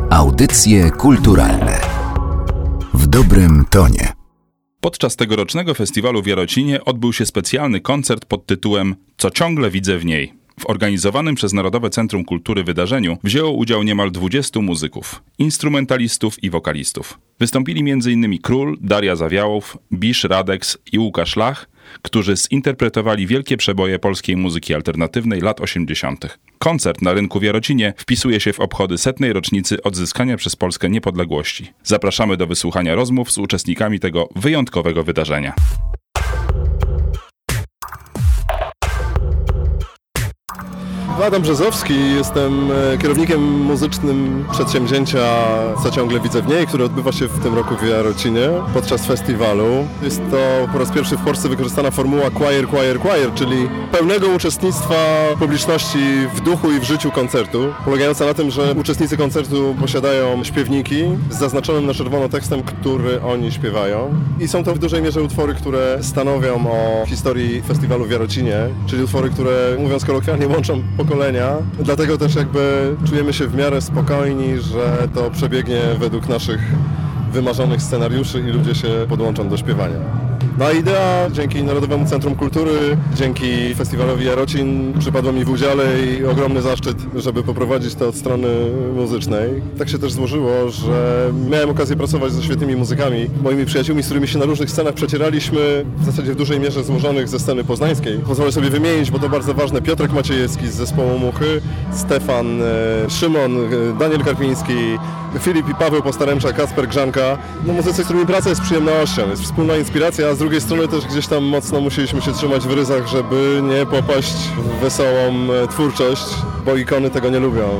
Audycje kulturalne w dobrym tonie. Podczas tegorocznego festiwalu w Jarocinie odbył się specjalny koncert pod tytułem Co ciągle widzę w niej. W organizowanym przez Narodowe Centrum Kultury wydarzeniu wzięło udział niemal 20 muzyków, instrumentalistów i wokalistów. Wystąpili m.in. Król, Daria Zawiałow, Bisz Radex i Łukasz Lach, którzy zinterpretowali wielkie przeboje polskiej muzyki alternatywnej lat 80. Koncert na rynku w Jarocinie wpisuje się w obchody 100. rocznicy odzyskania przez Polskę niepodległości. Zapraszamy do wysłuchania rozmów z uczestnikami tego wyjątkowego wydarzenia. Adam Brzezowski, jestem kierownikiem muzycznym przedsięwzięcia Co ciągle widzę w niej, które odbywa się w tym roku w Jarocinie podczas festiwalu. Jest to po raz pierwszy w Polsce wykorzystana formuła choir, czyli pełnego uczestnictwa publiczności w duchu i w życiu koncertu, polegająca na tym, że uczestnicy koncertu posiadają śpiewniki z zaznaczonym na czerwono tekstem, który oni śpiewają. I są to w dużej mierze utwory, które stanowią o historii festiwalu w Jarocinie, czyli utwory, które, mówiąc kolokwialnie, łączą pokolenia. Dlatego też jakby czujemy się w miarę spokojni, że to przebiegnie według naszych wymarzonych scenariuszy i ludzie się podłączą do śpiewania. No a idea dzięki Narodowemu Centrum Kultury, dzięki Festiwalowi Jarocin przypadła mi w udziale i ogromny zaszczyt, żeby poprowadzić to od strony muzycznej. Tak się też złożyło, że miałem okazję pracować ze świetnymi muzykami, moimi przyjaciółmi, z którymi się na różnych scenach przecieraliśmy, w zasadzie w dużej mierze złożonych ze sceny poznańskiej. Pozwolę sobie wymienić, bo to bardzo ważne, Piotrek Maciejewski z zespołu Muchy, Stefan, Szymon, Daniel Karpiński, Filip i Paweł Postaremczak, Kacper Grzanka. No, muzycy, z którymi praca jest przyjemnością, jest wspólna inspiracja, a z drugiej strony też gdzieś tam mocno musieliśmy się trzymać w ryzach, żeby nie popaść w wesołą twórczość, bo ikony tego nie lubią.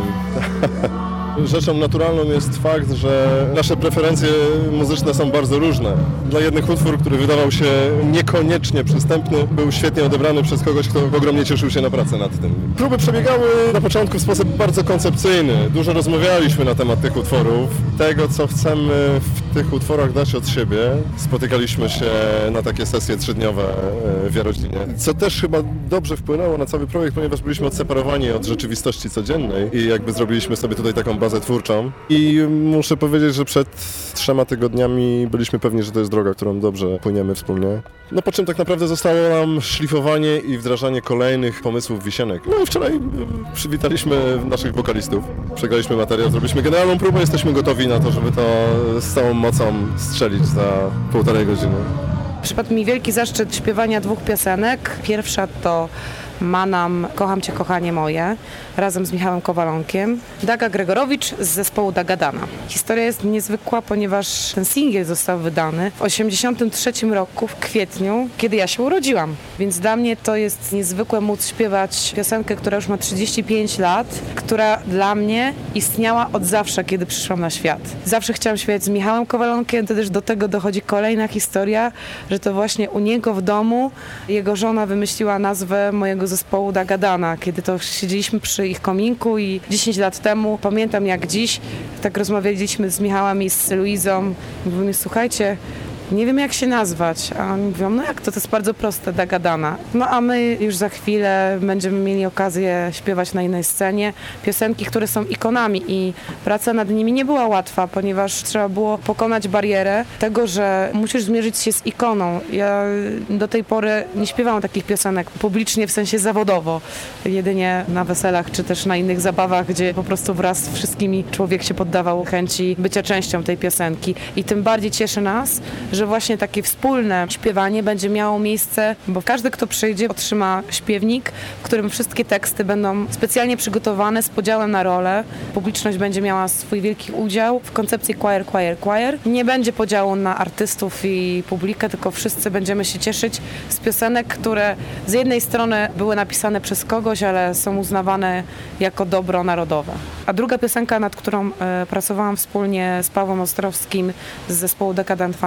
Rzeczą naturalną jest fakt, że nasze preferencje muzyczne są bardzo różne. Dla jednych utwór, który wydawał się niekoniecznie przystępny, był świetnie odebrany przez kogoś, kto ogromnie cieszył się na pracę nad tym. Próby przebiegały na początku w sposób bardzo koncepcyjny. Dużo rozmawialiśmy na temat tych utworów, tego, co chcemy w tych utworach dać od siebie. Spotykaliśmy się na takie sesje 3-dniowe w Jarocinie, co też chyba dobrze wpłynęło na cały projekt, ponieważ byliśmy odseparowani od rzeczywistości codziennej i jakby zrobiliśmy sobie tutaj taką bazę twórczą. I muszę powiedzieć, że przed 3 tygodniami byliśmy pewni, że to jest droga, którą dobrze płyniemy wspólnie. No po czym tak naprawdę zostało nam szlifowanie i wdrażanie kolejnych pomysłów wisienek. No i wczoraj przywitaliśmy naszych wokalistów, przegraliśmy materiał, zrobiliśmy generalną próbę, jesteśmy gotowi na to, żeby to z całą mocą strzelić za 1,5 godziny. Przypadł mi wielki zaszczyt śpiewania 2 piosenek. Pierwsza to Manam, Kocham Cię, kochanie moje, razem z Michałem Kowalonkiem. Daga Gregorowicz z zespołu Dagadana. Historia jest niezwykła, ponieważ ten singiel został wydany w 1983 roku, w kwietniu, kiedy ja się urodziłam. Więc dla mnie to jest niezwykłe móc śpiewać piosenkę, która już ma 35 lat, która dla mnie istniała od zawsze, kiedy przyszłam na świat. Zawsze chciałam śpiewać z Michałem Kowalonkiem, to też do tego dochodzi kolejna historia, że to właśnie u niego w domu jego żona wymyśliła nazwę mojego zespołu Dagadana, kiedy to siedzieliśmy przy ich kominku i 10 lat temu, pamiętam jak dziś, tak rozmawialiśmy z Michałem i z Luizą. Mówimy, słuchajcie, nie wiem jak się nazwać, a oni mówią, no jak to jest bardzo proste, Dagadana. No a my już za chwilę będziemy mieli okazję śpiewać na innej scenie piosenki, które są ikonami i praca nad nimi nie była łatwa, ponieważ trzeba było pokonać barierę tego, że musisz zmierzyć się z ikoną. Ja do tej pory nie śpiewałam takich piosenek publicznie, w sensie zawodowo, jedynie na weselach czy też na innych zabawach, gdzie po prostu wraz z wszystkimi człowiek się poddawał chęci bycia częścią tej piosenki i tym bardziej cieszy nas, że właśnie takie wspólne śpiewanie będzie miało miejsce, bo każdy, kto przyjdzie, otrzyma śpiewnik, w którym wszystkie teksty będą specjalnie przygotowane z podziałem na role. Publiczność będzie miała swój wielki udział w koncepcji choir. Nie będzie podziału na artystów i publikę, tylko wszyscy będziemy się cieszyć z piosenek, które z jednej strony były napisane przez kogoś, ale są uznawane jako dobro narodowe. A druga piosenka, nad którą pracowałam wspólnie z Pawłem Ostrowskim z zespołu Decadent Fan Club,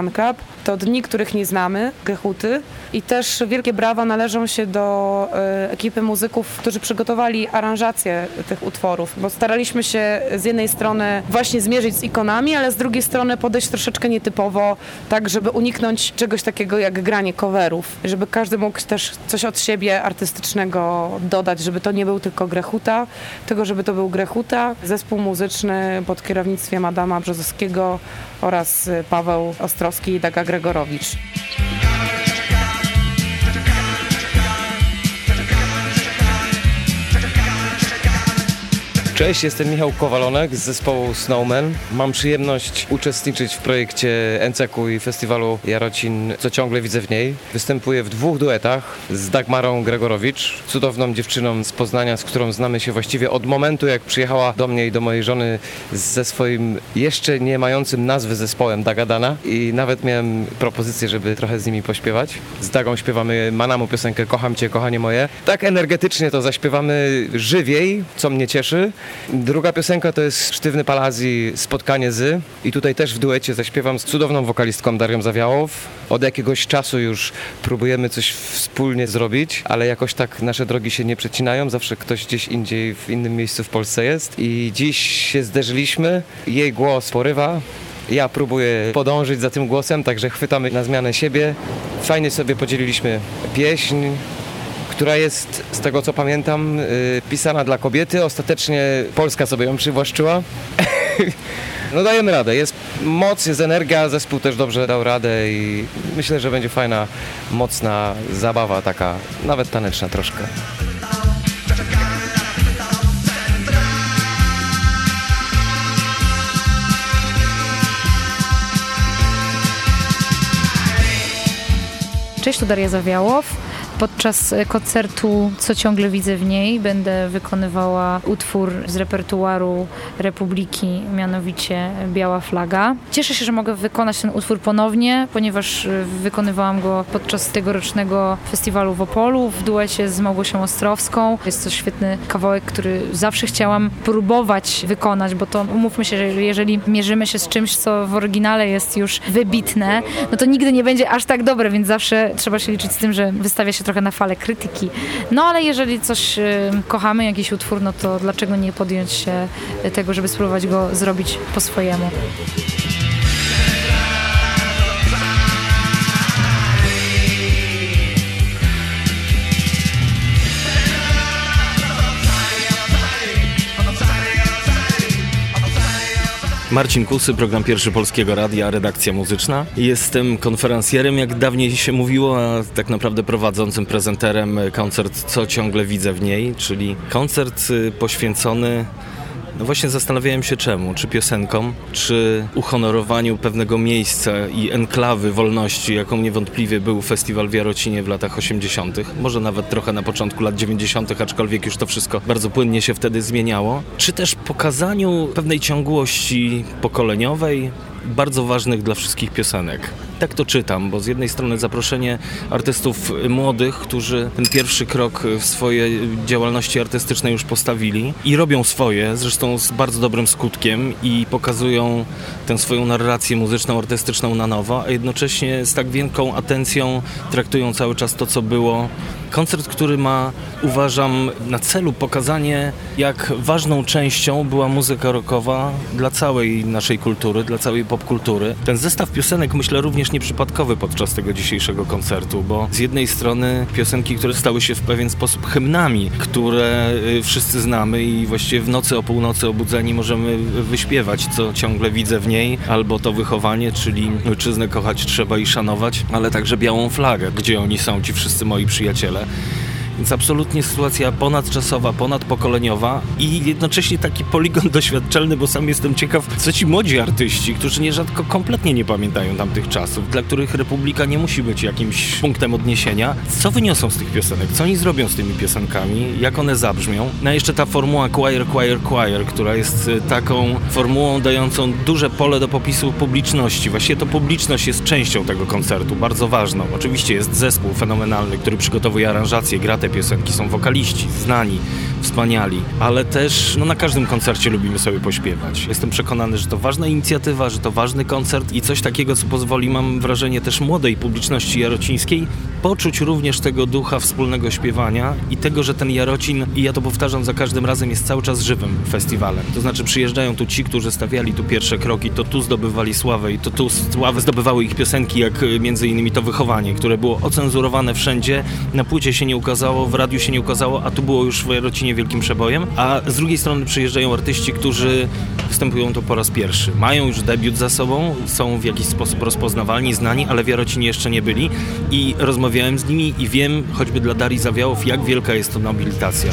To Dni, których nie znamy, Grechuty. I też wielkie brawa należą się do ekipy muzyków, którzy przygotowali aranżację tych utworów, bo staraliśmy się z jednej strony właśnie zmierzyć z ikonami, ale z drugiej strony podejść troszeczkę nietypowo, tak żeby uniknąć czegoś takiego jak granie coverów, żeby każdy mógł też coś od siebie artystycznego dodać, żeby to nie był tylko Grechuta, tylko żeby to był Grechuta, zespół muzyczny pod kierownictwem Adama Brzozowskiego oraz Paweł Ostrowski i Daga Gregorowicz. Cześć, jestem Michał Kowalonek z zespołu Snowman. Mam przyjemność uczestniczyć w projekcie NCK-u i festiwalu Jarocin, co ciągle widzę w niej. Występuję w 2 duetach z Dagmarą Gregorowicz, cudowną dziewczyną z Poznania, z którą znamy się właściwie od momentu, jak przyjechała do mnie i do mojej żony ze swoim jeszcze nie mającym nazwy zespołem Dagadana i nawet miałem propozycję, żeby trochę z nimi pośpiewać. Z Dagą śpiewamy Manamu piosenkę Kocham Cię, kochanie moje. Tak energetycznie to zaśpiewamy żywiej, co mnie cieszy. Druga piosenka to jest Sztywny Palazzi, Spotkanie z. I tutaj też w duecie zaśpiewam z cudowną wokalistką Darią Zawiałow. Od jakiegoś czasu już próbujemy coś wspólnie zrobić, ale jakoś tak nasze drogi się nie przecinają. Zawsze ktoś gdzieś indziej, w innym miejscu w Polsce jest. I dziś się zderzyliśmy. Jej głos porywa. Ja próbuję podążyć za tym głosem, także chwytamy na zmianę siebie. Fajnie sobie podzieliliśmy pieśń, która jest, z tego co pamiętam, pisana dla kobiety. Ostatecznie Polska sobie ją przywłaszczyła. No dajemy radę, jest moc, jest energia, zespół też dobrze dał radę i myślę, że będzie fajna, mocna zabawa taka, nawet taneczna troszkę. Cześć, tu Daria Zawiałow. Podczas koncertu Co ciągle widzę w niej będę wykonywała utwór z repertuaru Republiki, mianowicie Biała flaga. Cieszę się, że mogę wykonać ten utwór ponownie, ponieważ wykonywałam go podczas tegorocznego festiwalu w Opolu w duecie z Małgosią Ostrowską. Jest to świetny kawałek, który zawsze chciałam próbować wykonać, bo to umówmy się, że jeżeli mierzymy się z czymś, co w oryginale jest już wybitne, no to nigdy nie będzie aż tak dobre, więc zawsze trzeba się liczyć z tym, że wystawia się trochę na falę krytyki. No ale jeżeli coś kochamy, jakiś utwór, no to dlaczego nie podjąć się tego, żeby spróbować go zrobić po swojemu. Marcin Kusy, program Pierwszy Polskiego Radia, redakcja muzyczna. Jestem konferencjerem, jak dawniej się mówiło, a tak naprawdę prowadzącym prezenterem koncert Co ciągle widzę w niej, czyli koncert poświęcony, no właśnie zastanawiałem się czemu, czy piosenkom, czy uhonorowaniu pewnego miejsca i enklawy wolności, jaką niewątpliwie był festiwal w Jarocinie w latach 80., może nawet trochę na początku lat 90., aczkolwiek już to wszystko bardzo płynnie się wtedy zmieniało, czy też pokazaniu pewnej ciągłości pokoleniowej, bardzo ważnych dla wszystkich piosenek. Tak to czytam, bo z jednej strony zaproszenie artystów młodych, którzy ten pierwszy krok w swojej działalności artystycznej już postawili i robią swoje, zresztą z bardzo dobrym skutkiem i pokazują tę swoją narrację muzyczną, artystyczną na nowo, a jednocześnie z tak wielką atencją traktują cały czas to, co było. Koncert, który ma, uważam, na celu pokazanie, jak ważną częścią była muzyka rockowa dla całej naszej kultury, dla całej popkultury. Ten zestaw piosenek, myślę, również nieprzypadkowy podczas tego dzisiejszego koncertu, bo z jednej strony piosenki, które stały się w pewien sposób hymnami, które wszyscy znamy i właściwie w nocy o północy obudzeni możemy wyśpiewać, co ciągle widzę w niej, albo to wychowanie, czyli ojczyznę kochać trzeba i szanować, ale także Białą flagę, gdzie oni są, ci wszyscy moi przyjaciele. Więc absolutnie sytuacja ponadczasowa, ponadpokoleniowa i jednocześnie taki poligon doświadczalny, bo sam jestem ciekaw, co ci młodzi artyści, którzy nierzadko kompletnie nie pamiętają tamtych czasów, dla których Republika nie musi być jakimś punktem odniesienia, co wyniosą z tych piosenek, co oni zrobią z tymi piosenkami, jak one zabrzmią. No a jeszcze ta formuła choir, która jest taką formułą dającą duże pole do popisu publiczności. Właściwie to publiczność jest częścią tego koncertu, bardzo ważną. Oczywiście jest zespół fenomenalny, który przygotowuje aranżacje, gra te piosenki, są wokaliści znani, wspaniali, ale też na każdym koncercie lubimy sobie pośpiewać. Jestem przekonany, że to ważna inicjatywa, że to ważny koncert i coś takiego, co pozwoli, mam wrażenie, też młodej publiczności jarocińskiej poczuć również tego ducha wspólnego śpiewania i tego, że ten Jarocin, i ja to powtarzam za każdym razem, jest cały czas żywym festiwalem. To znaczy przyjeżdżają tu ci, którzy stawiali tu pierwsze kroki, to tu zdobywali sławę i to tu sławę zdobywały ich piosenki, jak między innymi To Wychowanie, które było ocenzurowane wszędzie, na płycie się nie ukazało, w radiu się nie ukazało, a tu było już w Jarocinie wielkim przebojem, a z drugiej strony przyjeżdżają artyści, którzy występują tu po raz pierwszy. Mają już debiut za sobą, są w jakiś sposób rozpoznawalni, znani, ale w Jarocinie jeszcze nie byli i rozmawiałem z nimi i wiem, choćby dla Darii Zawiałow, jak wielka jest to nobilitacja.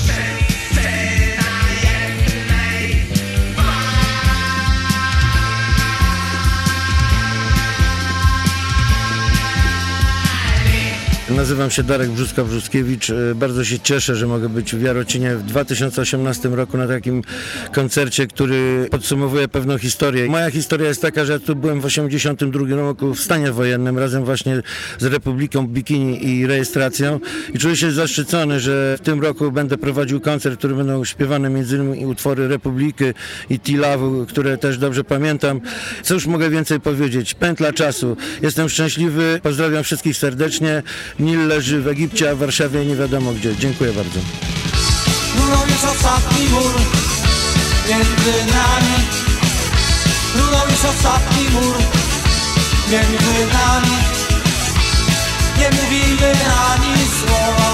Nazywam się Darek Brzuska-Brzuskiewicz. Bardzo się cieszę, że mogę być w Jarocinie w 2018 roku na takim koncercie, który podsumowuje pewną historię. Moja historia jest taka, że ja tu byłem w 1982 roku w stanie wojennym razem właśnie z Republiką Bikini i rejestracją i czuję się zaszczycony, że w tym roku będę prowadził koncert, w którym będą śpiewane m.in. utwory Republiki i Tilawu, które też dobrze pamiętam. Co już mogę więcej powiedzieć? Pętla czasu. Jestem szczęśliwy. Pozdrawiam wszystkich serdecznie. Nil leży w Egipcie, a w Warszawie nie wiadomo gdzie. Dziękuję bardzo. Runął już ostatni mur między nami. Runął już ostatni mur między nami. Nie mówimy ani słowa,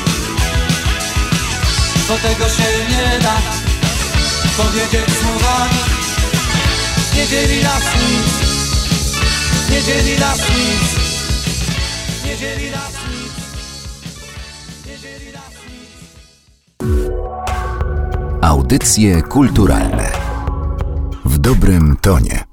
bo tego się nie da powiedzieć słowami. Nie dzieli nas nic, nie dzieli nas nic. Nie dzieli nas nic, nie dzieli nas nic. Audycje kulturalne w dobrym tonie.